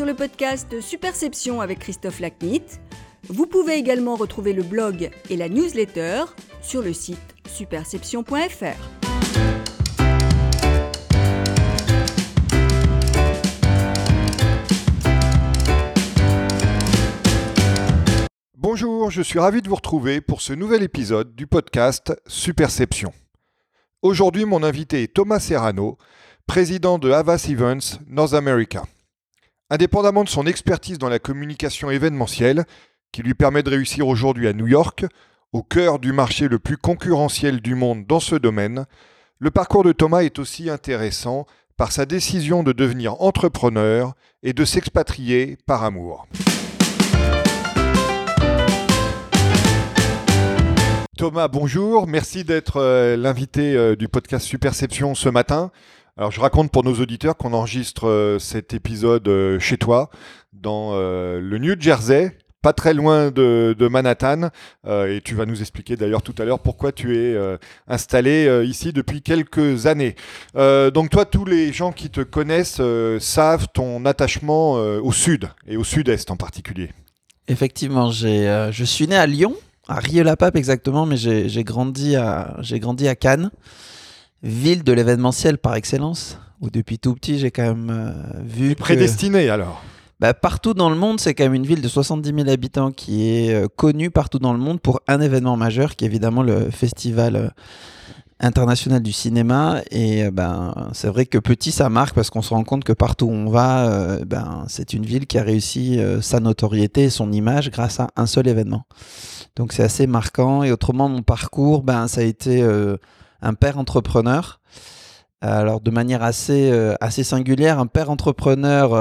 sur le podcast Superception avec Christophe Lacnit. Vous pouvez également retrouver le blog et la newsletter sur le site superception.fr. Bonjour, je suis ravi de vous retrouver pour ce nouvel épisode du podcast Superception. Aujourd'hui, mon invité est Thomas Serrano, président de Havas Events North America. Indépendamment de son expertise dans la communication événementielle, qui lui permet de réussir aujourd'hui à New York, au cœur du marché le plus concurrentiel du monde dans ce domaine, le parcours de Thomas est aussi intéressant par sa décision de devenir entrepreneur et de s'expatrier par amour. Thomas, bonjour. Merci d'être l'invité du podcast Superception ce matin. Alors, je raconte pour nos auditeurs qu'on enregistre cet épisode chez toi, dans le New Jersey, pas très loin de Manhattan. Et tu vas nous expliquer d'ailleurs tout à l'heure pourquoi tu es installé ici depuis quelques années. Donc toi, tous les gens qui te connaissent savent ton attachement au sud, et au sud-est en particulier. Effectivement, je suis né à Lyon, à Rieux-la-Pape exactement, mais j'ai grandi à Cannes, ville de l'événementiel par excellence, où depuis tout petit j'ai quand même vu prédestiné alors. Partout dans le monde, c'est quand même une ville de 70 000 habitants qui est connue partout dans le monde pour un événement majeur qui est évidemment le Festival international du cinéma. Et c'est vrai que petit ça marque parce qu'on se rend compte que partout où on va, c'est une ville qui a réussi sa notoriété et son image grâce à un seul événement. Donc c'est assez marquant. Et autrement, mon parcours, ça a été un père entrepreneur. Alors de manière assez singulière, un père entrepreneur,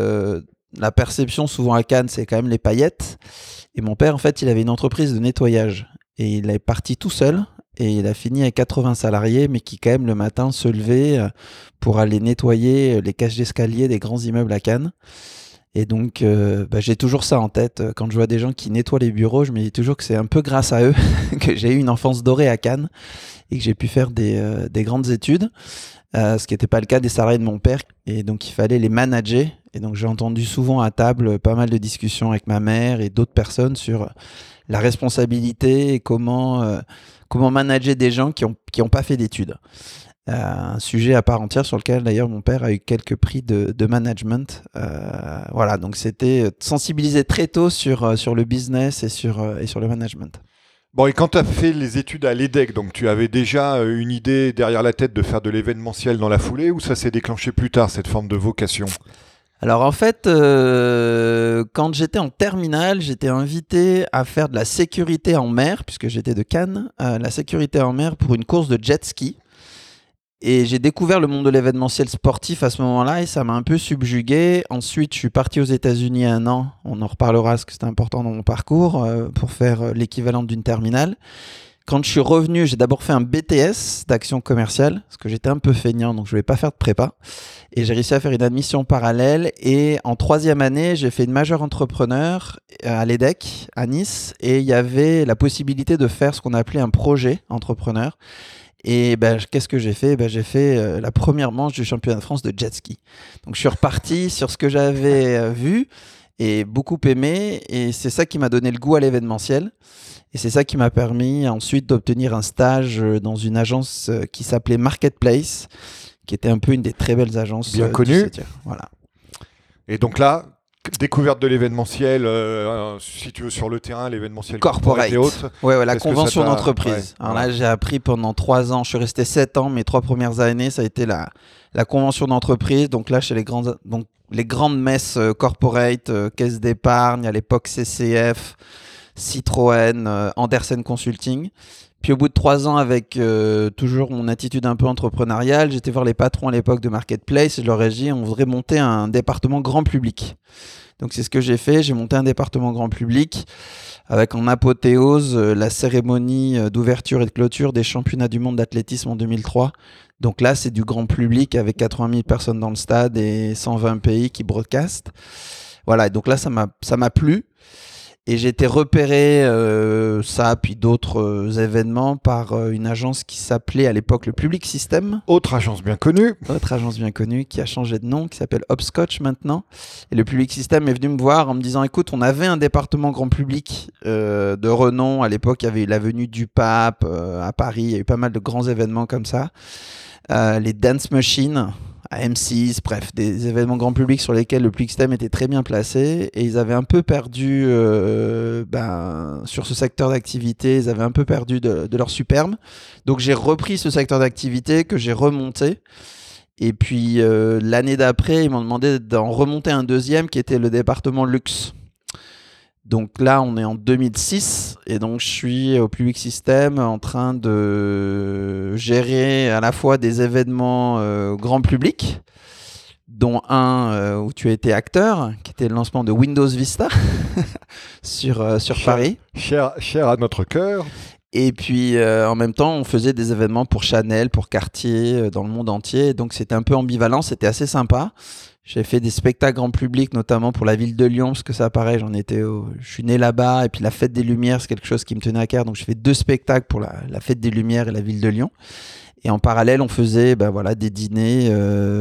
la perception souvent à Cannes, c'est quand même les paillettes. Et mon père, en fait, il avait une entreprise de nettoyage. Et il est parti tout seul. Et il a fini avec 80 salariés, mais qui quand même le matin se levaient pour aller nettoyer les cages d'escalier des grands immeubles à Cannes. Et donc, j'ai toujours ça en tête. Quand je vois des gens qui nettoient les bureaux, je me dis toujours que c'est un peu grâce à eux que j'ai eu une enfance dorée à Cannes et que j'ai pu faire des grandes études, ce qui n'était pas le cas des salariés de mon père. Et donc, il fallait les manager. Et donc, j'ai entendu souvent à table pas mal de discussions avec ma mère et d'autres personnes sur la responsabilité et comment manager des gens qui ont pas fait d'études. Un sujet à part entière sur lequel d'ailleurs mon père a eu quelques prix de management. Voilà, donc c'était sensibilisé très tôt sur le business et sur le management. Bon, et quand tu as fait les études à l'EDEC, donc tu avais déjà une idée derrière la tête de faire de l'événementiel dans la foulée, ou ça s'est déclenché plus tard, cette forme de vocation ? Alors en fait, quand j'étais en terminale, j'étais invité à faire de la sécurité en mer, puisque j'étais de Cannes, la sécurité en mer pour une course de jet ski. Et j'ai découvert le monde de l'événementiel sportif à ce moment-là et ça m'a un peu subjugué. Ensuite, je suis parti aux États-Unis 1 an. On en reparlera parce que c'était important dans mon parcours pour faire l'équivalent d'une terminale. Quand je suis revenu, j'ai d'abord fait un BTS d'action commerciale parce que j'étais un peu feignant, donc je ne voulais pas faire de prépa. Et j'ai réussi à faire une admission parallèle. Et en 3e année, j'ai fait une majeure entrepreneur à l'EDEC, à Nice. Et il y avait la possibilité de faire ce qu'on appelait un projet entrepreneur. Et qu'est-ce que j'ai fait ? J'ai fait la première manche du championnat de France de jet ski. Donc je suis reparti sur ce que j'avais vu et beaucoup aimé. Et c'est ça qui m'a donné le goût à l'événementiel. Et c'est ça qui m'a permis ensuite d'obtenir un stage dans une agence qui s'appelait Marketplace, qui était un peu une des très belles agences bien connues. Voilà. Et donc là, découverte de l'événementiel, si tu veux, sur le terrain, l'événementiel corporate et autres. Ouais, la convention d'entreprise. Ouais, alors là, j'ai appris pendant 3 ans. Je suis resté 7 ans. Mes 3 premières années, ça a été la convention d'entreprise. Donc là, chez les grandes messes corporate, caisse d'épargne, à l'époque CCF, Citroën, Andersen Consulting. Puis au bout de 3 ans, avec toujours mon attitude un peu entrepreneuriale, j'étais voir les patrons à l'époque de Marketplace et je leur ai dit on voudrait monter un département grand public. Donc c'est ce que j'ai fait, j'ai monté un département grand public avec en apothéose la cérémonie d'ouverture et de clôture des championnats du monde d'athlétisme en 2003. Donc là, c'est du grand public avec 80 000 personnes dans le stade et 120 pays qui broadcastent. Voilà, donc là, ça m'a plu. Et j'ai été repéré, ça, puis d'autres événements, par une agence qui s'appelait à l'époque le Public System. Autre agence bien connue. Autre agence bien connue qui a changé de nom, qui s'appelle Hopscotch maintenant. Et le Public System est venu me voir en me disant, écoute, on avait un département grand public de renom. À l'époque, il y avait eu l'avenue du Pape à Paris. Il y a eu pas mal de grands événements comme ça. Les Dance Machines à M6, bref, des événements grand public sur lesquels le Public System était très bien placé, et ils avaient un peu perdu sur ce secteur d'activité, ils avaient un peu perdu de leur superbe. Donc j'ai repris ce secteur d'activité que j'ai remonté, et puis l'année d'après, ils m'ont demandé d'en remonter un deuxième qui était le département luxe. Donc là, on est en 2006 et donc je suis au Public System en train de gérer à la fois des événements grand public, dont un où tu as été acteur, qui était le lancement de Windows Vista sur Paris. Cher à notre cœur. Et puis en même temps, on faisait des événements pour Chanel, pour Cartier, dans le monde entier. Donc c'était un peu ambivalent, c'était assez sympa. J'ai fait des spectacles grand public, notamment pour la ville de Lyon, parce que ça, pareil, je suis né là-bas, et puis la Fête des Lumières, c'est quelque chose qui me tenait à cœur. Donc j'ai fait 2 spectacles pour la Fête des Lumières et la ville de Lyon. Et en parallèle, on faisait des dîners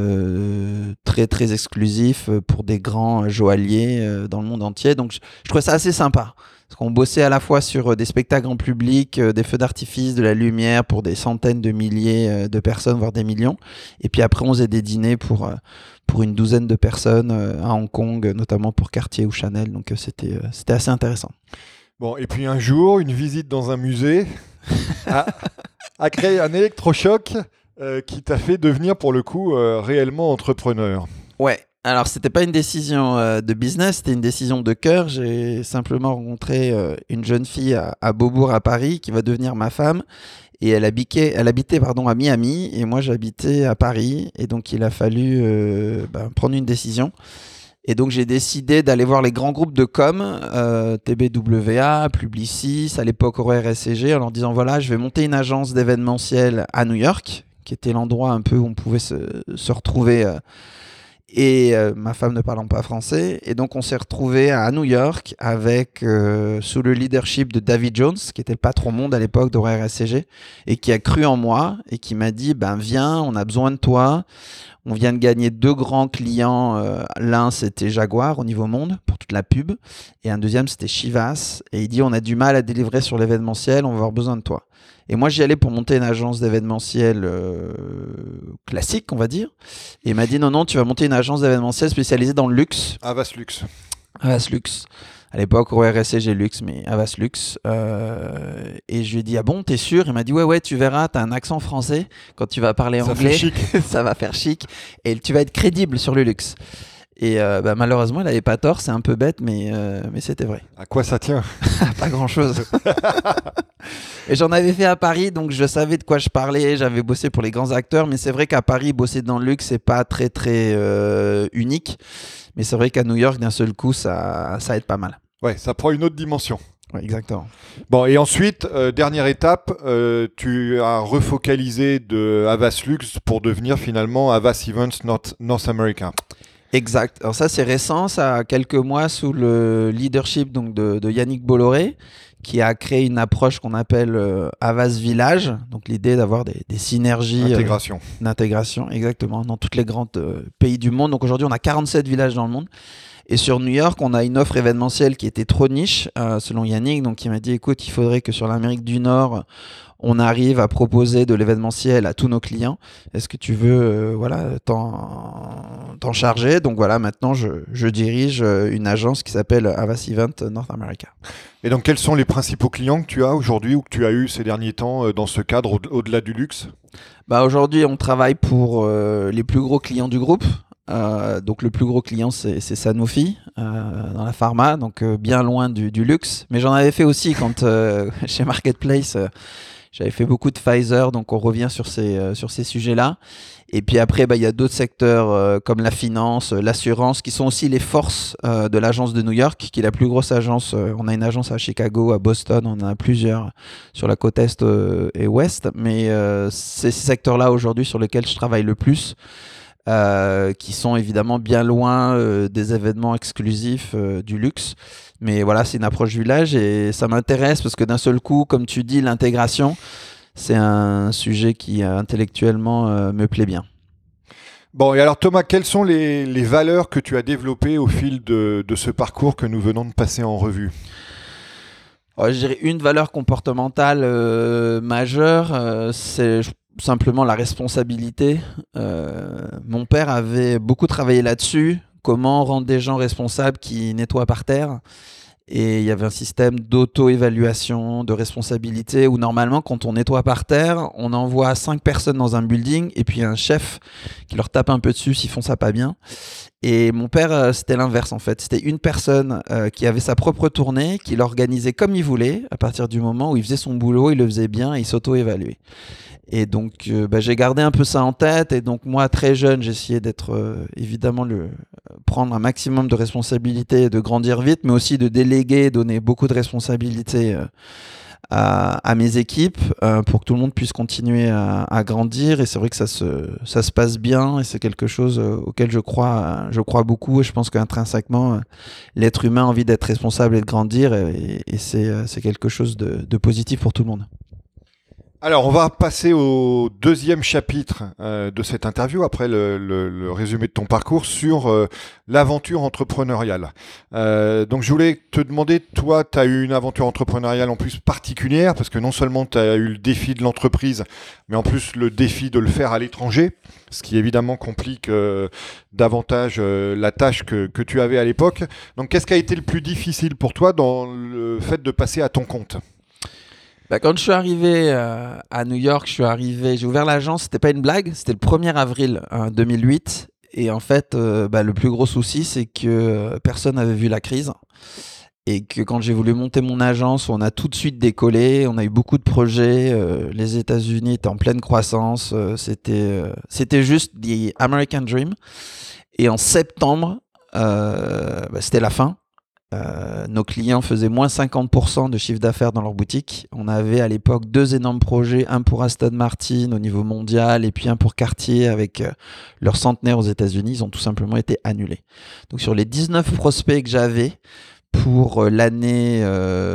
très très exclusifs pour des grands joailliers dans le monde entier. Donc je trouvais ça assez sympa. Parce qu'on bossait à la fois sur des spectacles en public, des feux d'artifice, de la lumière pour des centaines de milliers de personnes, voire des millions. Et puis après, on faisait des dîners pour une douzaine de personnes à Hong Kong, notamment pour Cartier ou Chanel. Donc c'était assez intéressant. Bon, et puis un jour, une visite dans un musée a créé un électrochoc qui t'a fait devenir, pour le coup, réellement entrepreneur. Ouais. Alors, c'était pas une décision de business, c'était une décision de cœur. J'ai simplement rencontré une jeune fille à Beaubourg, à Paris, qui va devenir ma femme. Et elle habitait à Miami, et moi j'habitais à Paris. Et donc, il a fallu prendre une décision. Et donc, j'ai décidé d'aller voir les grands groupes de com, TBWA, Publicis, à l'époque RSCG, en leur disant, voilà, je vais monter une agence d'événementiel à New York, qui était l'endroit un peu où on pouvait se retrouver... Et ma femme ne parlant pas français. Et donc, on s'est retrouvés à New York avec, sous le leadership de David Jones, qui était le patron monde à l'époque de RSCG, et qui a cru en moi et qui m'a dit, viens, on a besoin de toi. On vient de gagner 2 grands clients. L'un, c'était Jaguar au niveau monde pour toute la pub. Et un deuxième, c'était Chivas. Et il dit, on a du mal à délivrer sur l'événementiel, on va avoir besoin de toi. Et moi, j'y allais pour monter une agence d'événementiel classique, on va dire. Et il m'a dit, non, tu vas monter une agence d'événementiel spécialisée dans le luxe. Avas Luxe. Avas Luxe. À l'époque, RSCG Luxe, mais Avas Luxe. Et je lui ai dit, ah bon, t'es sûr? Il m'a dit, ouais, tu verras, t'as un accent français. Quand tu vas parler anglais, ça fait chic. Ça va faire chic. Et tu vas être crédible sur le luxe. Et malheureusement, il n'avait pas tort, c'est un peu bête, mais c'était vrai. À quoi ça tient? Pas grand-chose. Et j'en avais fait à Paris, donc je savais de quoi je parlais, j'avais bossé pour les grands acteurs, mais c'est vrai qu'à Paris, bosser dans le luxe, c'est pas très très unique. Mais c'est vrai qu'à New York, d'un seul coup, ça aide pas mal. Ouais, ça prend une autre dimension. Ouais, exactement. Bon, et ensuite, dernière étape, tu as refocalisé de Avas Luxe pour devenir finalement Avas Events North America. Exact. Alors ça, c'est récent, ça a quelques mois sous le leadership donc, de Yannick Bolloré, qui a créé une approche qu'on appelle Avas Village. Donc l'idée d'avoir des synergies d'intégration, exactement, dans tous les grands pays du monde. Donc aujourd'hui, on a 47 villages dans le monde. Et sur New York, on a une offre événementielle qui était trop niche, selon Yannick. Donc il m'a dit, écoute, il faudrait que sur l'Amérique du Nord, on arrive à proposer de l'événementiel à tous nos clients. Est-ce que tu veux t'en charger? Donc voilà, maintenant, je dirige une agence qui s'appelle Avas Event North America. Et donc, quels sont les principaux clients que tu as aujourd'hui ou que tu as eu ces derniers temps dans ce cadre au-delà du luxe? Aujourd'hui, on travaille pour les plus gros clients du groupe. Donc le plus gros client c'est Sanofi dans la pharma, donc bien loin du luxe. Mais j'en avais fait aussi quand chez Marketplace, j'avais fait beaucoup de Pfizer, donc on revient sur ces sujets-là. Et puis après, il y a d'autres secteurs comme la finance, l'assurance, qui sont aussi les forces de l'agence de New York, qui est la plus grosse agence. On a une agence à Chicago, à Boston, on en a plusieurs sur la côte Est et Ouest. Mais c'est ces secteurs-là aujourd'hui sur lesquels je travaille le plus. qui sont évidemment bien loin des événements exclusifs du luxe. Mais voilà, c'est une approche village et ça m'intéresse parce que d'un seul coup, comme tu dis, l'intégration, c'est un sujet qui intellectuellement me plaît bien. Bon, et alors Thomas, quelles sont les valeurs que tu as développées au fil de ce parcours que nous venons de passer en revue ? Je dirais une valeur comportementale majeure, c'est simplement la responsabilité. Mon père avait beaucoup travaillé là-dessus, comment rendre des gens responsables qui nettoient par terre. Et il y avait un système d'auto-évaluation, de responsabilité, où normalement, quand on nettoie par terre, on envoie 5 personnes dans un building, et puis un chef qui leur tape un peu dessus s'ils font ça pas bien. Et mon père, c'était l'inverse en fait. C'était une personne qui avait sa propre tournée, qui l'organisait comme il voulait, à partir du moment où il faisait son boulot, il le faisait bien et il s'auto-évaluait. Et donc, j'ai gardé un peu ça en tête. Et donc, moi, très jeune, j'essayais d'être, évidemment, prendre un maximum de responsabilités, de grandir vite, mais aussi de déléguer, donner beaucoup de responsabilités à mes équipes pour que tout le monde puisse continuer à grandir. Et c'est vrai que ça se passe bien et c'est quelque chose auquel je crois beaucoup. Et je pense qu'intrinsèquement, l'être humain a envie d'être responsable et de grandir. Et c'est quelque chose de positif pour tout le monde. Alors, on va passer au deuxième chapitre de cette interview, après le résumé de ton parcours, sur l'aventure entrepreneuriale. Donc, je voulais te demander, toi, tu as eu une aventure entrepreneuriale en plus particulière, parce que non seulement tu as eu le défi de l'entreprise, mais en plus le défi de le faire à l'étranger, ce qui évidemment complique davantage la tâche que tu avais à l'époque. Donc, qu'est-ce qui a été le plus difficile pour toi dans le fait de passer à ton compte ? Quand je suis arrivé à New York, j'ai ouvert l'agence, c'était pas une blague, c'était le 1er avril 2008. Et en fait, le plus gros souci, c'est que personne n'avait vu la crise. Et que quand j'ai voulu monter mon agence, on a tout de suite décollé, on a eu beaucoup de projets, les États-Unis étaient en pleine croissance, c'était juste the American Dream. Et en septembre, c'était la fin. Nos clients faisaient moins 50% de chiffre d'affaires dans leur boutique. On avait à l'époque 2 énormes projets, un pour Aston Martin au niveau mondial et puis un pour Cartier avec leur centenaire aux États-Unis. Ils ont tout simplement été annulés. Donc sur les 19 prospects que j'avais pour l'année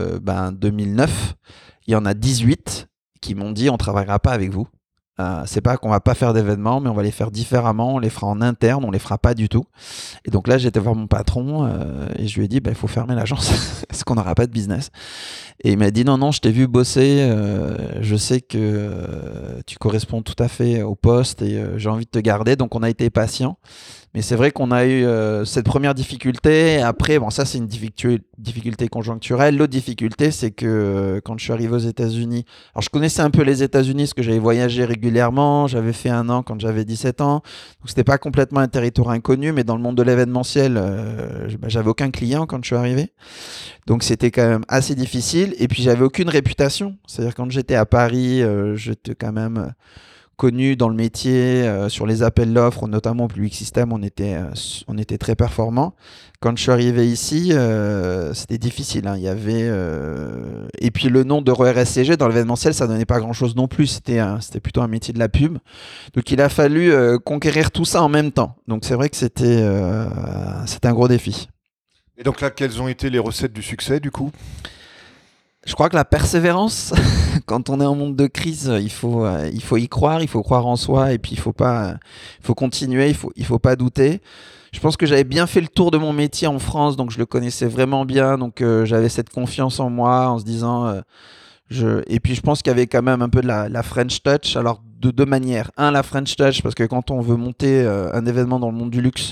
2009, il y en a 18 qui m'ont dit on ne travaillera pas avec vous. C'est pas qu'on va pas faire d'événements, mais on va les faire différemment, on les fera en interne, on les fera pas du tout. Et donc là, j'étais voir mon patron et je lui ai dit, il faut fermer l'agence, parce qu'on n'aura pas de business. Et il m'a dit, non, je t'ai vu bosser, je sais que tu corresponds tout à fait au poste et j'ai envie de te garder. Donc on a été patient. Mais c'est vrai qu'on a eu cette première difficulté. Après, ça c'est une difficulté conjoncturelle. L'autre difficulté, c'est que quand je suis arrivé aux États-Unis, alors je connaissais un peu les États-Unis parce que j'avais voyagé régulièrement. J'avais fait 1 an quand j'avais 17 ans. Donc c'était pas complètement un territoire inconnu, mais dans le monde de l'événementiel, j'avais aucun client quand je suis arrivé. Donc c'était quand même assez difficile. Et puis j'avais aucune réputation. C'est-à-dire quand j'étais à Paris, j'étais quand même connu dans le métier, sur les appels d'offres, notamment au Public System, on était très performants. Quand je suis arrivé ici, c'était difficile. Il y avait, et puis le nom de RSCG dans l'événementiel, ça donnait pas grand-chose non plus. C'était plutôt un métier de la pub. Donc il a fallu conquérir tout ça en même temps. Donc c'est vrai que c'était un gros défi. Et donc là, quelles ont été les recettes du succès du coup ? Je crois que la persévérance, quand on est en monde de crise, il faut y croire, il faut croire en soi et puis il faut continuer, il faut pas douter. Je pense que j'avais bien fait le tour de mon métier en France, donc je le connaissais vraiment bien, donc j'avais cette confiance en moi en se disant, et puis je pense qu'il y avait quand même un peu de la French touch, alors de 2 manières. La French touch, parce que quand on veut monter un événement dans le monde du luxe,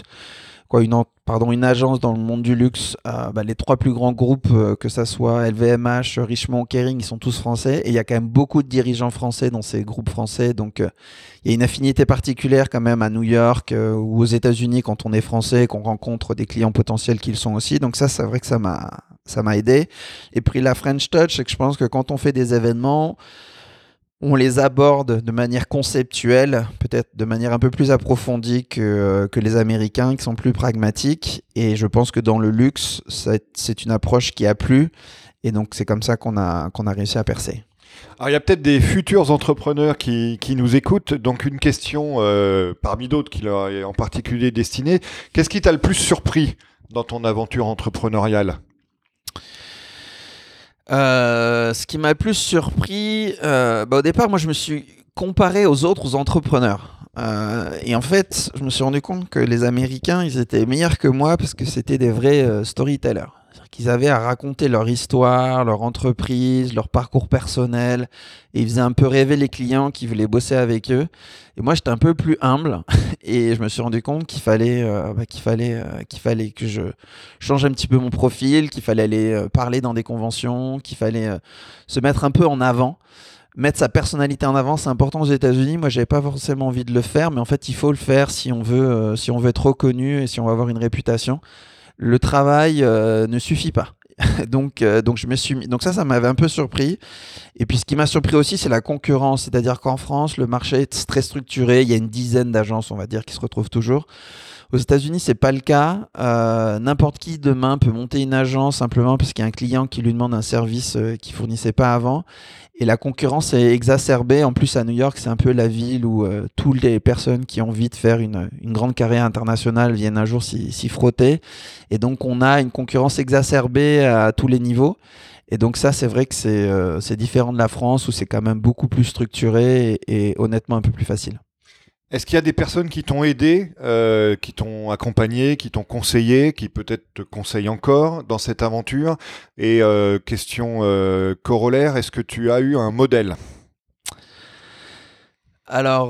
une agence dans le monde du luxe, les 3 plus grands groupes, que ça soit LVMH, Richemont, Kering, ils sont tous français et il y a quand même beaucoup de dirigeants français dans ces groupes français, donc il y a une affinité particulière quand même à New York ou aux États-Unis quand on est français, qu'on rencontre des clients potentiels qu'ils sont aussi, donc ça c'est vrai que ça m'a aidé. Et puis la French touch, c'est que je pense que quand on fait des événements, on les aborde de manière conceptuelle, peut-être de manière un peu plus approfondie que les Américains qui sont plus pragmatiques. Et je pense que dans le luxe, c'est une approche qui a plu. Et donc, c'est comme ça qu'on a réussi à percer. Alors, il y a peut-être des futurs entrepreneurs qui nous écoutent. Donc, une question parmi d'autres qui leur est en particulier destinée. Qu'est-ce qui t'a le plus surpris dans ton aventure entrepreneuriale ? Ce qui m'a le plus surpris, au départ, moi, je me suis comparé aux autres entrepreneurs. Et en fait, je me suis rendu compte que les Américains, ils étaient meilleurs que moi parce que c'était des vrais storytellers. C'est-à-dire qu'ils avaient à raconter leur histoire, leur entreprise, leur parcours personnel. Et ils faisaient un peu rêver les clients qui voulaient bosser avec eux. Et moi, j'étais un peu plus humble. Et je me suis rendu compte qu'il fallait que je change un petit peu mon profil, qu'il fallait aller parler dans des conventions, qu'il fallait se mettre un peu en avant. Mettre sa personnalité en avant, c'est important aux États-Unis. Moi, j'avais pas forcément envie de le faire, mais en fait, il faut le faire si on veut être reconnu et si on veut avoir une réputation. Le travail ne suffit pas. Donc je me suis mis... Donc ça m'avait un peu surpris. Et puis ce qui m'a surpris aussi, c'est la concurrence. C'est-à-dire qu'en France, le marché est très structuré. Il y a une dizaine d'agences, on va dire, qui se retrouvent toujours. Aux États-Unis, c'est pas le cas. N'importe qui demain peut monter une agence simplement parce qu'il y a un client qui lui demande un service qu'il fournissait pas avant. Et la concurrence est exacerbée. En plus, à New York, c'est un peu la ville où toutes les personnes qui ont envie de faire une grande carrière internationale viennent un jour s'y frotter. Et donc, on a une concurrence exacerbée à tous les niveaux. Et donc ça, c'est vrai que c'est différent de la France où c'est quand même beaucoup plus structuré et honnêtement un peu plus facile. Est-ce qu'il y a des personnes qui t'ont aidé, qui t'ont accompagné, qui t'ont conseillé, qui peut-être te conseillent encore dans cette aventure ? Et question corollaire, est-ce que tu as eu un modèle ? Alors,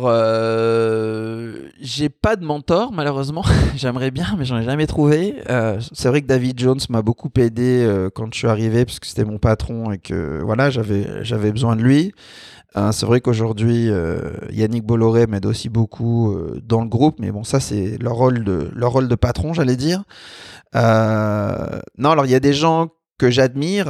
j'ai pas de mentor malheureusement. J'aimerais bien, mais j'en ai jamais trouvé. C'est vrai que David Jones m'a beaucoup aidé quand je suis arrivé, parce que c'était mon patron et que voilà, j'avais besoin de lui. C'est vrai qu'aujourd'hui, Yannick Bolloré m'aide aussi beaucoup dans le groupe, mais bon, ça c'est leur rôle de patron, j'allais dire. Non, alors il y a des gens que j'admire.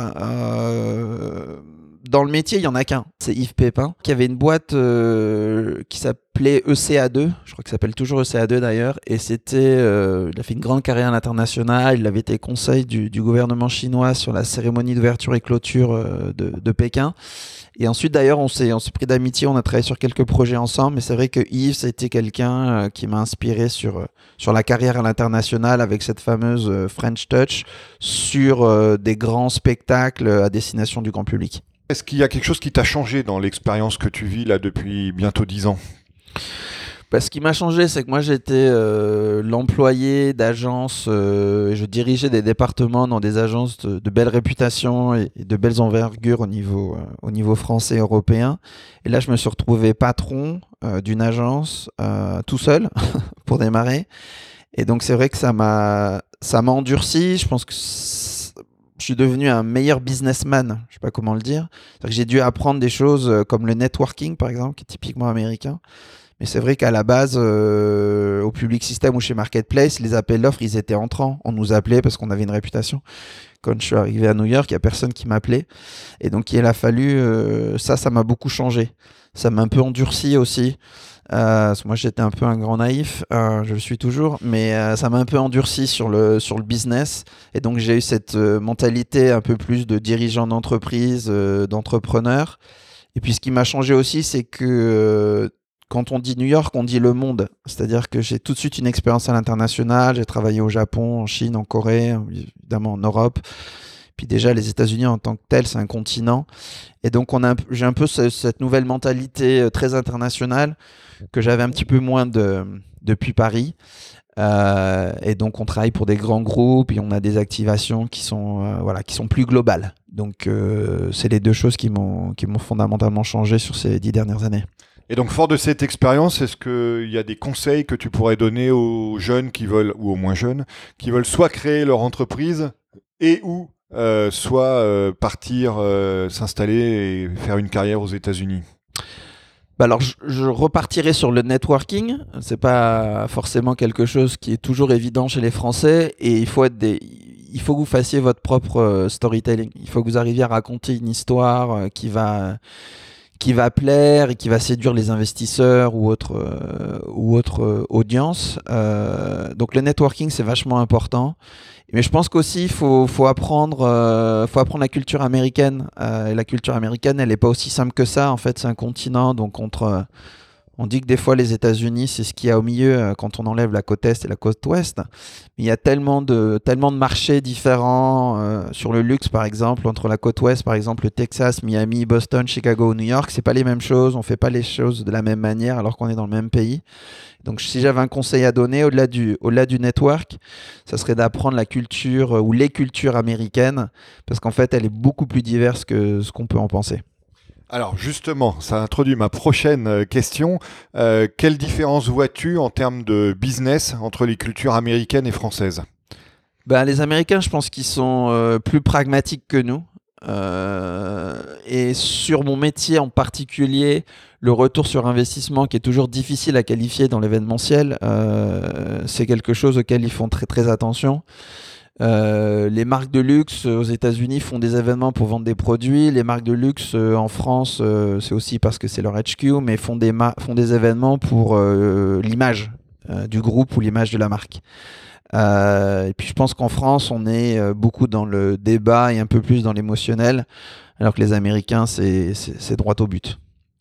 Dans le métier, il y en a qu'un, c'est Yves Pépin, qui avait une boîte qui s'appelait ECA2, je crois que ça s'appelle toujours ECA2 d'ailleurs, et il a fait une grande carrière à l'international, il avait été conseil du gouvernement chinois sur la cérémonie d'ouverture et clôture de Pékin. Et ensuite, d'ailleurs, on s'est pris d'amitié, on a travaillé sur quelques projets ensemble, mais c'est vrai que Yves, ça a été quelqu'un qui m'a inspiré sur la carrière à l'international avec cette fameuse French Touch sur des grands spectacles à destination du grand public. Est-ce qu'il y a quelque chose qui t'a changé dans l'expérience que tu vis là depuis bientôt 10 ans ? Ce qui m'a changé, c'est que moi j'étais l'employé d'agence, je dirigeais des départements dans des agences de belle réputation et de belles envergures au niveau français et européen. Et là, je me suis retrouvé patron d'une agence tout seul pour démarrer. Et donc c'est vrai que ça m'a endurci. Je pense que je suis devenu un meilleur businessman, je sais pas comment le dire. C'est-à-dire que j'ai dû apprendre des choses comme le networking, par exemple, qui est typiquement américain. Mais c'est vrai qu'à la base, au Public System ou chez Marketplace, les appels d'offres, ils étaient entrants. On nous appelait parce qu'on avait une réputation. Quand je suis arrivé à New York, il n'y a personne qui m'appelait. Et donc, il a fallu... ça m'a beaucoup changé. Ça m'a un peu endurci aussi. Moi, j'étais un peu un grand naïf. Je le suis toujours. Mais ça m'a un peu endurci sur le business. Et donc, j'ai eu cette mentalité un peu plus de dirigeant d'entreprise, d'entrepreneur. Et puis, ce qui m'a changé aussi, c'est que... quand on dit New York, on dit le monde. C'est-à-dire que j'ai tout de suite une expérience à l'international. J'ai travaillé au Japon, en Chine, en Corée, évidemment en Europe. Puis déjà, les États-Unis en tant que tel, c'est un continent. Et donc, j'ai un peu cette nouvelle mentalité très internationale que j'avais un petit peu moins depuis Paris. Et donc, on travaille pour des grands groupes et on a des activations qui sont plus globales. Donc, c'est les deux choses qui m'ont fondamentalement changé sur ces 10 dernières années. Et donc, fort de cette expérience, est-ce qu'il y a des conseils que tu pourrais donner aux jeunes qui veulent, ou aux moins jeunes, qui veulent soit créer leur entreprise ou soit partir s'installer et faire une carrière aux États-Unis ? Alors, je repartirai sur le networking. C'est pas forcément quelque chose qui est toujours évident chez les Français, et il faut que vous fassiez votre propre storytelling. Il faut que vous arriviez à raconter une histoire qui va qui va plaire et qui va séduire les investisseurs ou autres audiences. Donc le networking, c'est vachement important. Mais je pense qu'aussi, il faut apprendre la culture américaine. Et la culture américaine, elle n'est pas aussi simple que ça. En fait, c'est un continent. Donc on dit que des fois, les États-Unis, c'est ce qu'il y a au milieu quand on enlève la côte Est et la côte Ouest. Mais il y a tellement de marchés différents sur le luxe, par exemple, entre la côte Ouest, par exemple, le Texas, Miami, Boston, Chicago, New York. C'est pas les mêmes choses. On fait pas les choses de la même manière alors qu'on est dans le même pays. Donc, si j'avais un conseil à donner, au-delà du network, ça serait d'apprendre la culture ou les cultures américaines, parce qu'en fait, elle est beaucoup plus diverse que ce qu'on peut en penser. Alors justement, ça introduit ma prochaine question. Quelle différence vois-tu en termes de business entre les cultures américaines et françaises ? Les Américains, je pense qu'ils sont plus pragmatiques que nous. Et sur mon métier en particulier, le retour sur investissement qui est toujours difficile à qualifier dans l'événementiel, c'est quelque chose auquel ils font très très attention. Les marques de luxe aux États-Unis font des événements pour vendre des produits. Les marques de luxe en France, c'est aussi parce que c'est leur HQ, mais font des événements pour l'image du groupe ou l'image de la marque. Et puis je pense qu'en France, on est beaucoup dans le débat et un peu plus dans l'émotionnel, alors que les Américains, c'est droit au but.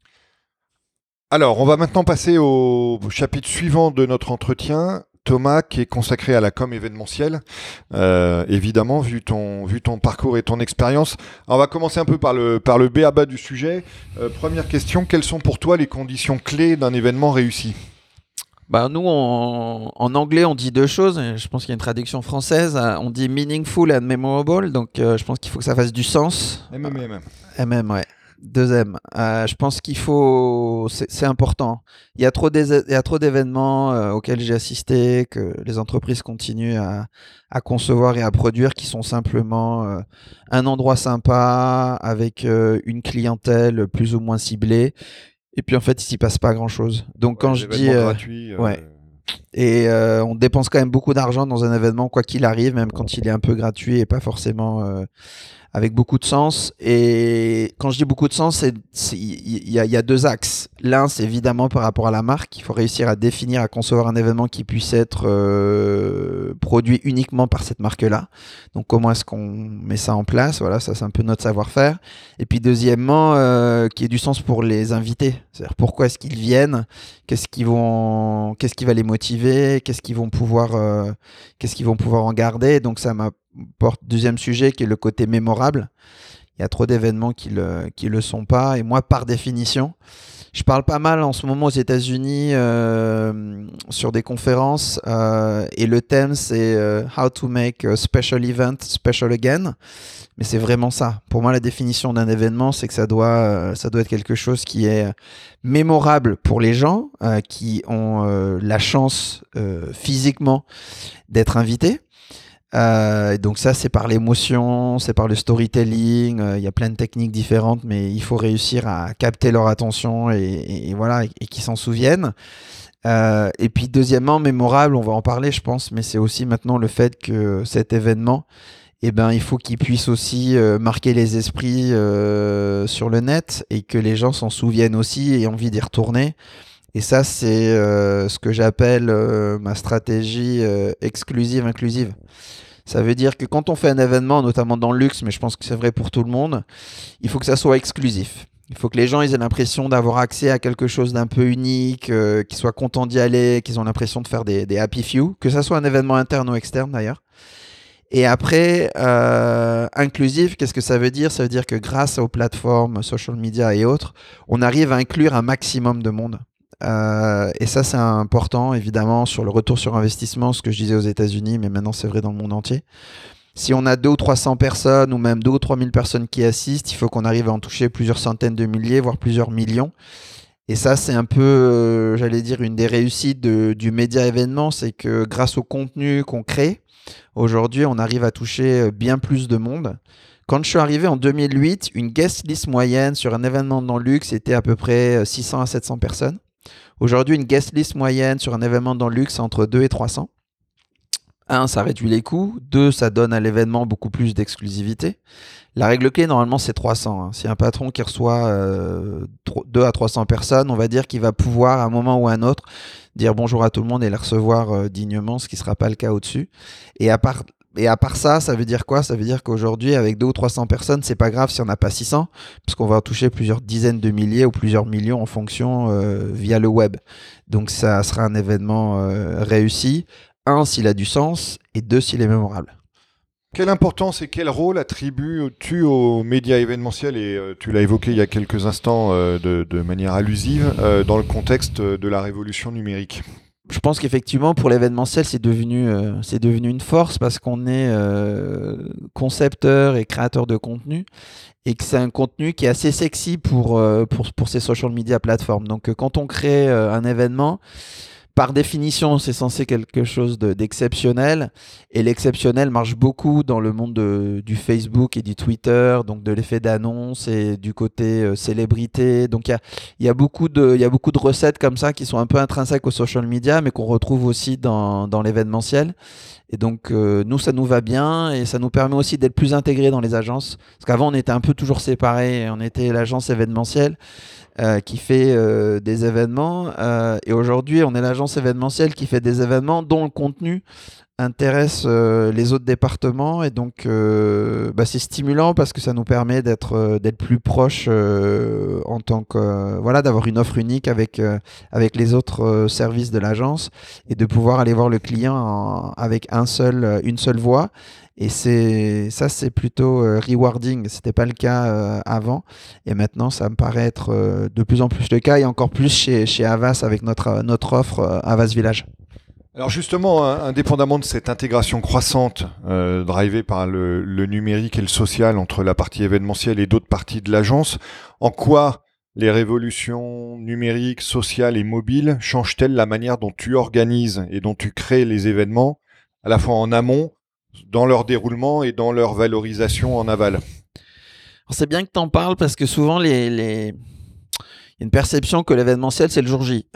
Alors, on va maintenant passer au chapitre suivant de notre entretien. Thomas, qui est consacré à la com événementielle, évidemment, vu ton parcours et ton expérience. On va commencer un peu par le b.a.-ba du sujet. Première question, quelles sont pour toi les conditions clés d'un événement réussi ? Nous, en anglais, on dit deux choses. Je pense qu'il y a une traduction française. On dit meaningful and memorable. Donc, je pense qu'il faut que ça fasse du sens. MM, ouais. 2M. Je pense qu'il faut... C'est important. Il y a trop d'événements auxquels j'ai assisté, que les entreprises continuent à concevoir et à produire, qui sont simplement un endroit sympa, avec une clientèle plus ou moins ciblée. Et puis en fait, il s'y passe pas grand-chose. Donc quand je dis... gratuits, ouais. Et on dépense quand même beaucoup d'argent dans un événement, quoi qu'il arrive, même quand il est un peu gratuit et pas forcément avec beaucoup de sens. Et quand je dis beaucoup de sens, il y a deux axes. L'un, c'est évidemment par rapport à la marque. Il faut réussir à définir, à concevoir un événement qui puisse être produit uniquement par cette marque-là. Donc comment est-ce qu'on met ça en place ? Voilà, ça c'est un peu notre savoir-faire. Et puis deuxièmement, qu'il y ait du sens pour les invités. C'est-à-dire pourquoi est-ce qu'ils viennent ? Qu'est-ce qui va les motiver ? Qu'est-ce qu'ils vont pouvoir en garder ? Donc ça m'apporte deuxième sujet qui est le côté mémorable. Il y a trop d'événements qui le sont pas. Et moi, par définition, je parle pas mal en ce moment aux États-Unis sur des conférences et le thème c'est How to make a special event special again. Mais c'est vraiment ça. Pour moi, la définition d'un événement, c'est que ça doit être quelque chose qui est mémorable pour les gens qui ont la chance physiquement d'être invités. Donc ça, c'est par l'émotion, c'est par le storytelling. Il y a plein de techniques différentes, mais il faut réussir à capter leur attention et voilà, et qu'ils s'en souviennent. Et puis deuxièmement, mémorable, on va en parler, je pense, mais c'est aussi maintenant le fait que cet événement, il faut qu'il puisse aussi marquer les esprits sur le net et que les gens s'en souviennent aussi et aient envie d'y retourner. Et ça, c'est ce que j'appelle ma stratégie exclusive, inclusive. Ça veut dire que quand on fait un événement, notamment dans le luxe, mais je pense que c'est vrai pour tout le monde, il faut que ça soit exclusif. Il faut que les gens aient l'impression d'avoir accès à quelque chose d'un peu unique, qu'ils soient contents d'y aller, qu'ils ont l'impression de faire des happy few, que ça soit un événement interne ou externe d'ailleurs. Et après, inclusif, qu'est-ce que ça veut dire ? Ça veut dire que grâce aux plateformes, social media et autres, on arrive à inclure un maximum de monde. Et ça, c'est important, évidemment, sur le retour sur investissement, ce que je disais aux États-Unis, mais maintenant c'est vrai dans le monde entier. Si on a 200 ou 300 personnes, ou même 2 ou 3 000 personnes qui assistent, il faut qu'on arrive à en toucher plusieurs centaines de milliers, voire plusieurs millions. Et ça, c'est un peu, j'allais dire, une des réussites du média événement, c'est que grâce au contenu qu'on crée, aujourd'hui, on arrive à toucher bien plus de monde. Quand je suis arrivé en 2008, une guest list moyenne sur un événement dans le luxe était à peu près 600 à 700 personnes. Aujourd'hui, une guest list moyenne sur un événement dans le luxe, c'est entre 2 et 300. Un, ça réduit les coûts. Deux, ça donne à l'événement beaucoup plus d'exclusivité. La règle clé, normalement, c'est 300. Hein. Si un patron qui reçoit 2 à 300 personnes, on va dire qu'il va pouvoir, à un moment ou à un autre, dire bonjour à tout le monde et les recevoir dignement, ce qui ne sera pas le cas au-dessus. Et à part ça, ça veut dire quoi? Ça veut dire qu'aujourd'hui, avec 2 ou 300 personnes, c'est pas grave si on n'a pas 600, parce qu'on va toucher plusieurs dizaines de milliers ou plusieurs millions en fonction via le web. Donc ça sera un événement réussi. Un, s'il a du sens, et deux, s'il est mémorable. Quelle importance et quel rôle attribues-tu aux médias événementiels, et tu l'as évoqué il y a quelques instants de manière allusive, dans le contexte de la révolution numérique? Je pense qu'effectivement, pour l'événementiel, c'est devenu une force parce qu'on est concepteur et créateur de contenu et que c'est un contenu qui est assez sexy pour ces social media plateformes. Donc, quand on crée un événement, par définition, c'est censé quelque chose d'exceptionnel. Et l'exceptionnel marche beaucoup dans le monde du Facebook et du Twitter, donc de l'effet d'annonce et du côté célébrité. Donc il y a beaucoup de recettes comme ça qui sont un peu intrinsèques aux social media, mais qu'on retrouve aussi dans l'événementiel. Et donc nous, ça nous va bien et ça nous permet aussi d'être plus intégrés dans les agences. Parce qu'avant, on était un peu toujours séparés. On était l'agence événementielle qui fait des événements et aujourd'hui on est l'agence événementielle qui fait des événements dont le contenu intéresse les autres départements et donc c'est stimulant parce que ça nous permet d'être plus proche en tant que d'avoir une offre unique avec les autres services de l'agence et de pouvoir aller voir le client avec une seule voix. Et c'est plutôt rewarding. C'était pas le cas avant. Et maintenant, ça me paraît être de plus en plus le cas et encore plus chez Havas avec notre offre Havas Village. Alors justement, indépendamment de cette intégration croissante drivée par le numérique et le social entre la partie événementielle et d'autres parties de l'agence, en quoi les révolutions numériques, sociales et mobiles changent-elles la manière dont tu organises et dont tu crées les événements, à la fois en amont, dans leur déroulement et dans leur valorisation en aval? Alors, c'est bien que tu en parles parce que souvent, il y a une perception que l'événementiel, c'est le jour J.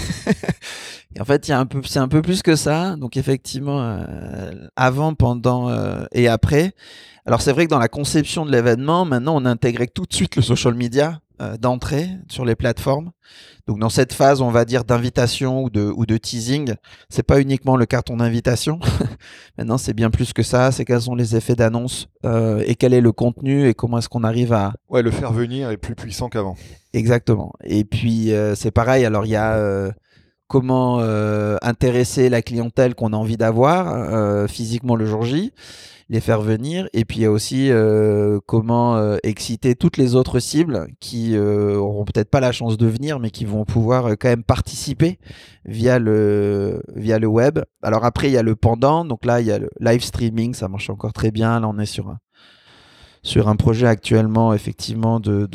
Et en fait, c'est un peu plus que ça. Donc effectivement, avant, pendant et après. Alors c'est vrai que dans la conception de l'événement, maintenant, on intègre tout de suite le social media d'entrée sur les plateformes. Donc dans cette phase, on va dire d'invitation ou de teasing, c'est pas uniquement le carton d'invitation. Maintenant, c'est bien plus que ça. C'est quels sont les effets d'annonce et quel est le contenu et comment est-ce qu'on arrive à... Ouais, le faire venir est plus puissant qu'avant. Exactement. Et puis c'est pareil. Alors il y a comment intéresser la clientèle qu'on a envie d'avoir physiquement le jour J, les faire venir. Et puis il y a aussi comment exciter toutes les autres cibles qui auront peut-être pas la chance de venir, mais qui vont pouvoir quand même participer via le web. Alors après, il y a le pendant. Donc là, il y a le live streaming, ça marche encore très bien. Là, on est sur un projet actuellement, effectivement, de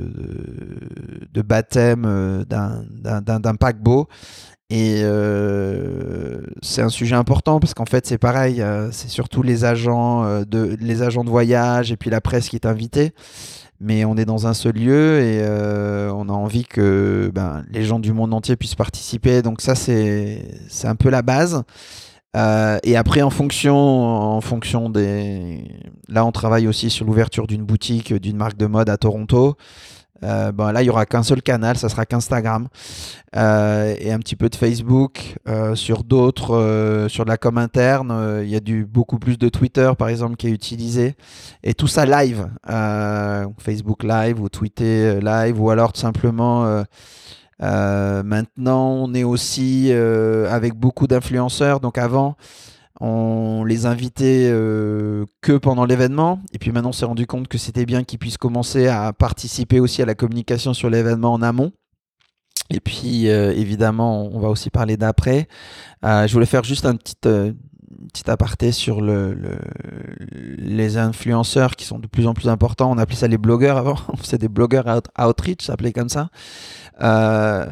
baptême d'un paquebot. Et c'est un sujet important parce qu'en fait, c'est pareil, c'est surtout les agents de voyage et puis la presse qui est invitée. Mais on est dans un seul lieu et on a envie que les gens du monde entier puissent participer. Donc ça, c'est un peu la base. Et après, en fonction des... Là, on travaille aussi sur l'ouverture d'une boutique, d'une marque de mode à Toronto. Là, il n'y aura qu'un seul canal, ça sera qu'Instagram. Et un petit peu de Facebook. Sur de la com interne, il y a beaucoup plus de Twitter, par exemple, qui est utilisé. Et tout ça live. Facebook Live ou Twitter Live. Ou alors, tout simplement... maintenant, on est aussi avec beaucoup d'influenceurs. Donc avant, on les invitait que pendant l'événement. Et puis maintenant, on s'est rendu compte que c'était bien qu'ils puissent commencer à participer aussi à la communication sur l'événement en amont. Et puis, évidemment, on va aussi parler d'après. Je voulais faire juste un petit aparté sur les influenceurs qui sont de plus en plus importants. On appelait ça les blogueurs avant. On faisait des blogueurs outreach, ça s'appelait comme ça.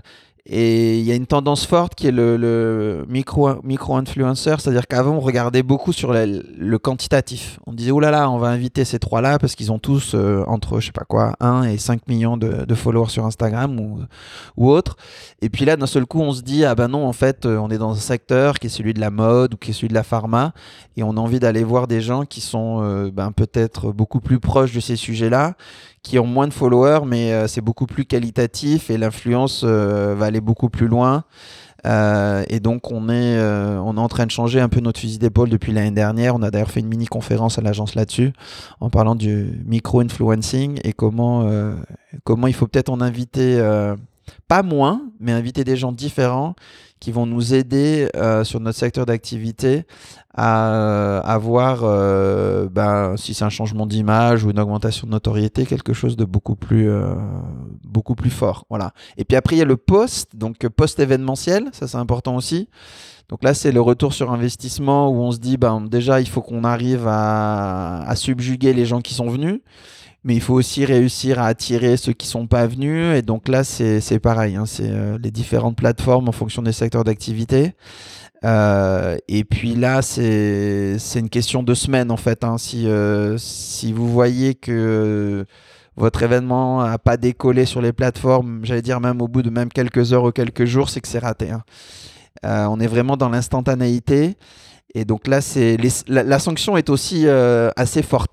Et il y a une tendance forte qui est le micro-influencer, c'est-à-dire qu'avant, on regardait beaucoup sur le quantitatif. On disait, oh là là, on va inviter ces trois-là parce qu'ils ont tous entre, je sais pas quoi, 1 et 5 millions de followers sur Instagram ou autre. Et puis là, d'un seul coup, on se dit, ah ben non, en fait, on est dans un secteur qui est celui de la mode ou qui est celui de la pharma, et on a envie d'aller voir des gens qui sont peut-être beaucoup plus proches de ces sujets-là, qui ont moins de followers, mais c'est beaucoup plus qualitatif et l'influence va aller beaucoup plus loin. Et donc, on est en train de changer un peu notre fusil d'épaule depuis l'année dernière. On a d'ailleurs fait une mini-conférence à l'agence là-dessus, en parlant du micro-influencing et comment il faut peut-être en inviter, pas moins, mais inviter des gens différents qui vont nous aider sur notre secteur d'activité à avoir, si c'est un changement d'image ou une augmentation de notoriété, quelque chose de beaucoup plus fort. Voilà. Et puis après, il y a le donc post-événementiel, ça c'est important aussi. Donc là, c'est le retour sur investissement où on se dit, déjà, il faut qu'on arrive à subjuguer les gens qui sont venus. Mais il faut aussi réussir à attirer ceux qui ne sont pas venus. Et donc là, c'est pareil. C'est les différentes plateformes en fonction des secteurs d'activité. Et puis là, c'est une question de semaines, en fait. Si vous voyez que votre événement n'a pas décollé sur les plateformes, j'allais dire même au bout de même quelques heures ou quelques jours, c'est que c'est raté. On est vraiment dans l'instantanéité. Et donc là, la sanction est aussi assez forte.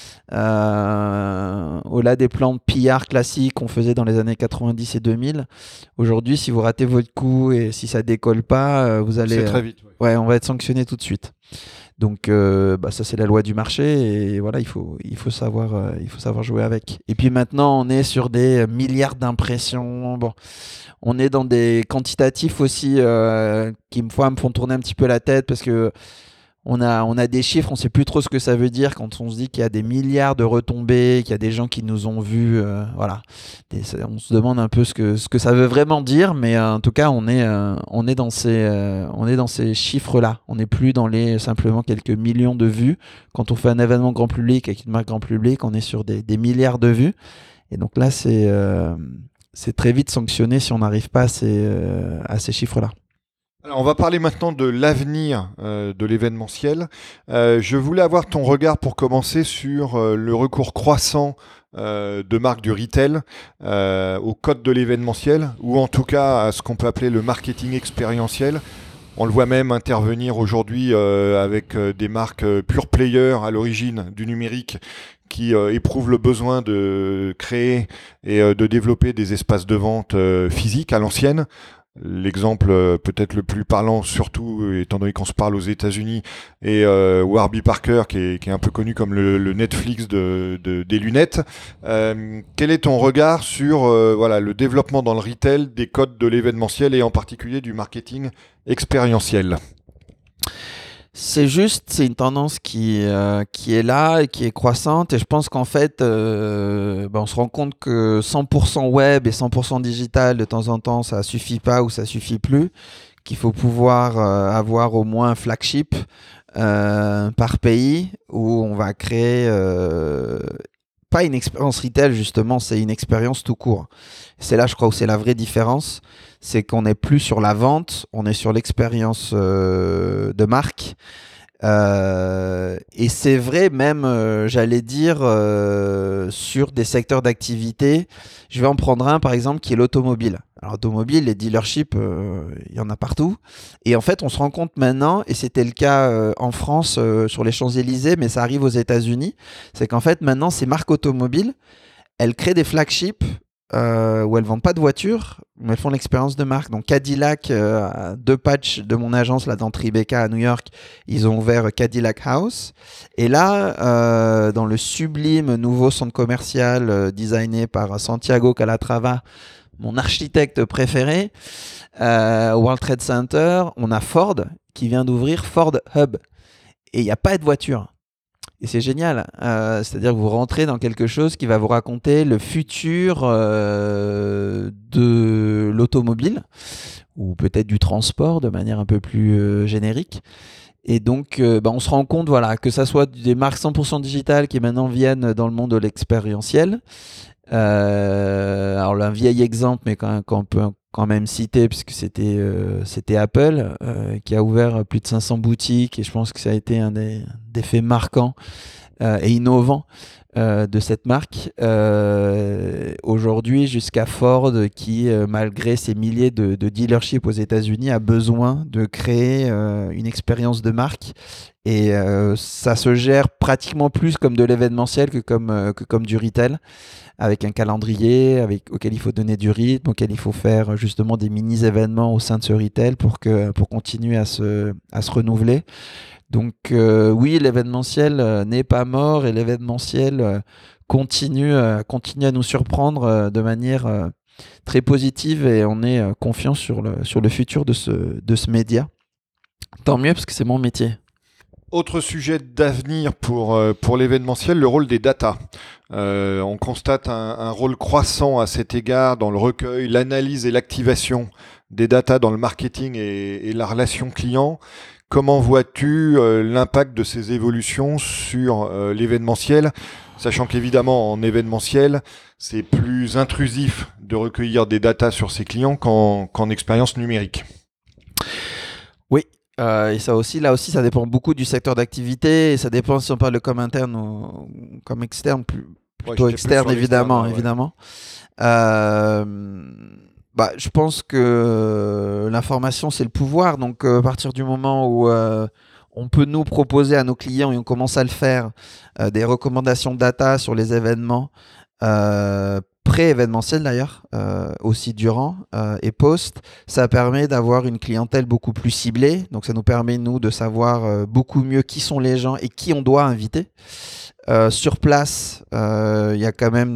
Au-delà des plans de PR classiques qu'on faisait dans les années 90 et 2000, aujourd'hui, si vous ratez votre coup et si ça décolle pas, vous allez... C'est très vite. Ouais, on va être sanctionné tout de suite. Donc ça, c'est la loi du marché et voilà, il faut savoir jouer avec. Et puis maintenant, on est sur des milliards d'impressions. Bon, on est dans des quantitatifs aussi qui me font tourner un petit peu la tête parce que on a des chiffres, on ne sait plus trop ce que ça veut dire quand on se dit qu'il y a des milliards de retombées, qu'il y a des gens qui nous ont vus. Voilà. On se demande un peu ce que ça veut vraiment dire, mais en tout cas, on est dans ces chiffres-là. On n'est plus dans simplement quelques millions de vues. Quand on fait un événement grand public avec une marque grand public, on est sur des milliards de vues. Et donc là, c'est très vite sanctionné si on n'arrive pas à ces chiffres-là. Alors, on va parler maintenant de l'avenir de l'événementiel. Je voulais avoir ton regard pour commencer sur le recours croissant de marques du retail au code de l'événementiel, ou en tout cas à ce qu'on peut appeler le marketing expérientiel. On le voit même intervenir aujourd'hui avec des marques pure player à l'origine du numérique qui éprouvent le besoin de créer et de développer des espaces de vente physiques à l'ancienne. L'exemple peut-être le plus parlant, surtout étant donné qu'on se parle aux États-Unis, est Warby Parker, qui est un peu connu comme le Netflix des lunettes. Quel est ton regard sur le développement dans le retail des codes de l'événementiel et en particulier du marketing expérientiel ? C'est une tendance qui est là et qui est croissante. Et je pense qu'en fait, on se rend compte que 100% web et 100% digital, de temps en temps, ça suffit pas ou ça suffit plus. Qu'il faut pouvoir avoir au moins un flagship par pays où on va créer... pas une expérience retail, justement, c'est une expérience tout court. C'est là, je crois, où c'est la vraie différence. C'est qu'on n'est plus sur la vente, on est sur l'expérience de marque. Et c'est vrai même, j'allais dire, sur des secteurs d'activité. Je vais en prendre un, par exemple, qui est l'automobile. Alors, l'automobile, les dealerships, il y en a partout. Et en fait, on se rend compte maintenant, et c'était le cas en France sur les Champs-Élysées, mais ça arrive aux États-Unis, c'est qu'en fait, maintenant, ces marques automobiles, elles créent des flagships où elles ne vendent pas de voitures, mais elles font l'expérience de marque. Donc Cadillac, 2 patchs de mon agence là, dans Tribeca à New York, ils ont ouvert Cadillac House. Et là, dans le sublime nouveau centre commercial designé par Santiago Calatrava, mon architecte préféré, au World Trade Center, on a Ford qui vient d'ouvrir Ford Hub. Et il n'y a pas de voiture. Et c'est génial. C'est-à-dire que vous rentrez dans quelque chose qui va vous raconter le futur de l'automobile ou peut-être du transport de manière un peu plus générique. Et donc, on se rend compte que ça soit des marques 100% digitales qui maintenant viennent dans le monde de l'expérientiel. Alors, un vieil exemple, mais qu'on peut quand même citer, puisque c'était Apple qui a ouvert plus de 500 boutiques, et je pense que ça a été un des faits marquants et innovants de cette marque. Aujourd'hui, jusqu'à Ford, qui, malgré ses milliers de dealerships aux États-Unis, a besoin de créer une expérience de marque. Et ça se gère pratiquement plus comme de l'événementiel que comme du retail, avec un calendrier auquel il faut donner du rythme, auquel il faut faire justement des mini-événements au sein de ce retail pour continuer à se renouveler. Donc oui, l'événementiel n'est pas mort, et l'événementiel continue à nous surprendre de manière très positive, et on est confiant sur le futur de ce média. Tant mieux, parce que c'est mon métier. Autre sujet d'avenir pour l'événementiel, le rôle des data. On constate un rôle croissant à cet égard dans le recueil, l'analyse et l'activation des data dans le marketing et la relation client. Comment vois-tu l'impact de ces évolutions sur l'événementiel, sachant qu'évidemment en événementiel, c'est plus intrusif de recueillir des data sur ses clients qu'en expérience numérique. Oui. Et ça aussi, là aussi, ça dépend beaucoup du secteur d'activité, et ça dépend si on parle comme interne ou comme externe, plutôt externe évidemment. Je pense que l'information, c'est le pouvoir. Donc, à partir du moment où on peut nous proposer à nos clients, et on commence à le faire, des recommandations data sur les événements, pré-événementiel d'ailleurs, aussi durant et post, ça permet d'avoir une clientèle beaucoup plus ciblée. Donc ça nous permet, nous, de savoir beaucoup mieux qui sont les gens et qui on doit inviter. Sur place, il y a quand même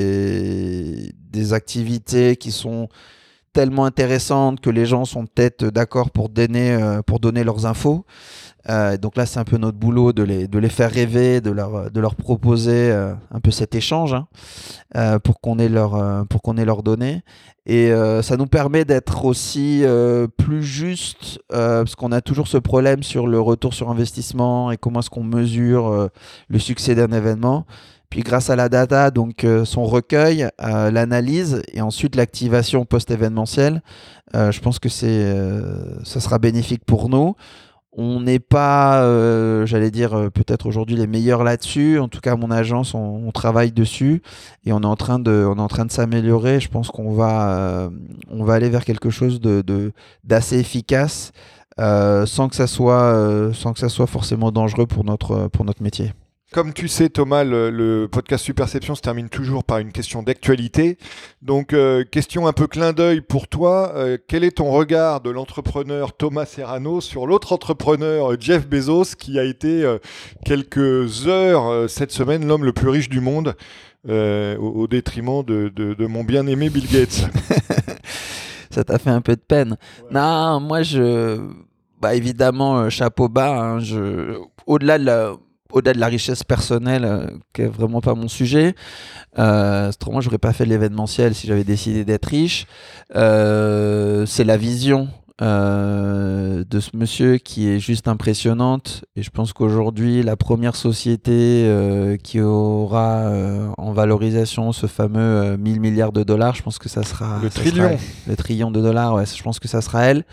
des activités qui sont tellement intéressantes que les gens sont peut-être d'accord pour donner leurs infos. Donc là, c'est un peu notre boulot de les faire rêver, de leur proposer un peu cet échange, pour qu'on ait leurs données. Et ça nous permet d'être aussi plus juste, parce qu'on a toujours ce problème sur le retour sur investissement et comment est-ce qu'on mesure le succès d'un événement. Puis grâce à la data, donc son recueil, l'analyse et ensuite l'activation post-événementielle, je pense que ça sera bénéfique pour nous. On n'est pas, peut-être aujourd'hui les meilleurs là-dessus. En tout cas, à mon agence, on travaille dessus, et on est en train de s'améliorer. Je pense qu'on va aller vers quelque chose d'assez efficace, sans que ça soit forcément dangereux pour notre métier. Comme tu sais, Thomas, le podcast Superception se termine toujours par une question d'actualité. Donc, question un peu clin d'œil pour toi. Quel est ton regard de l'entrepreneur Thomas Serrano sur l'autre entrepreneur Jeff Bezos, qui a été quelques heures cette semaine l'homme le plus riche du monde, au détriment de mon bien-aimé Bill Gates? Ça t'a fait un peu de peine. Ouais. Non, moi, évidemment, chapeau bas. Au-delà de la richesse personnelle, qui est vraiment pas mon sujet. Autrement, j'aurais pas fait l'événementiel si j'avais décidé d'être riche. C'est la vision de ce monsieur qui est juste impressionnante. Et je pense qu'aujourd'hui, la première société qui aura en valorisation ce fameux 1000 milliards de dollars, je pense que ça sera... Le trillion. Le trillion de dollars, ouais, je pense que ça sera elle.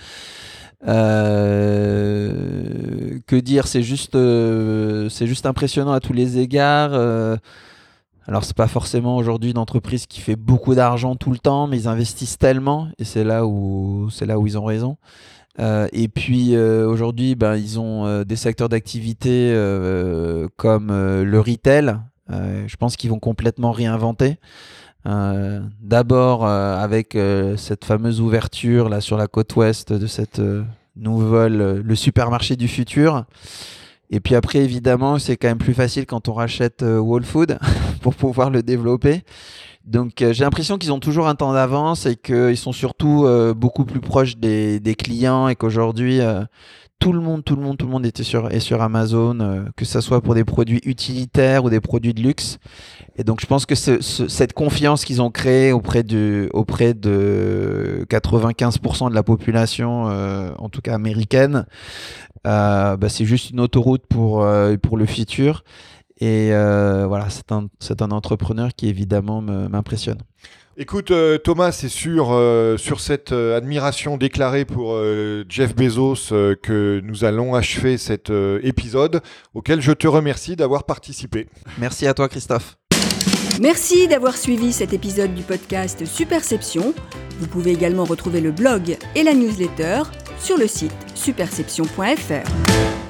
Que dire, c'est juste impressionnant à tous les égards. Alors c'est pas forcément aujourd'hui une entreprise qui fait beaucoup d'argent tout le temps, mais ils investissent tellement, et c'est là où ils ont raison. Et puis aujourd'hui, ils ont des secteurs d'activité comme le retail. Je pense qu'ils vont complètement réinventer. D'abord avec cette fameuse ouverture là sur la côte ouest de cette nouvelle, le supermarché du futur. Et puis après, évidemment, c'est quand même plus facile quand on rachète Whole Foods pour pouvoir le développer. Donc j'ai l'impression qu'ils ont toujours un temps d'avance, et qu'ils sont surtout beaucoup plus proches des clients, et qu'aujourd'hui tout le monde est sur Amazon, que ce soit pour des produits utilitaires ou des produits de luxe. Et donc je pense que cette confiance qu'ils ont créée auprès de 95% de la population, en tout cas américaine, c'est juste une autoroute pour le futur. Et voilà, c'est un entrepreneur qui évidemment m'impressionne. Écoute Thomas, c'est sur cette admiration déclarée pour Jeff Bezos que nous allons achever cet épisode auquel je te remercie d'avoir participé. Merci à toi Christophe. Merci d'avoir suivi cet épisode du podcast Superception. Vous pouvez également retrouver le blog et la newsletter sur le site superception.fr.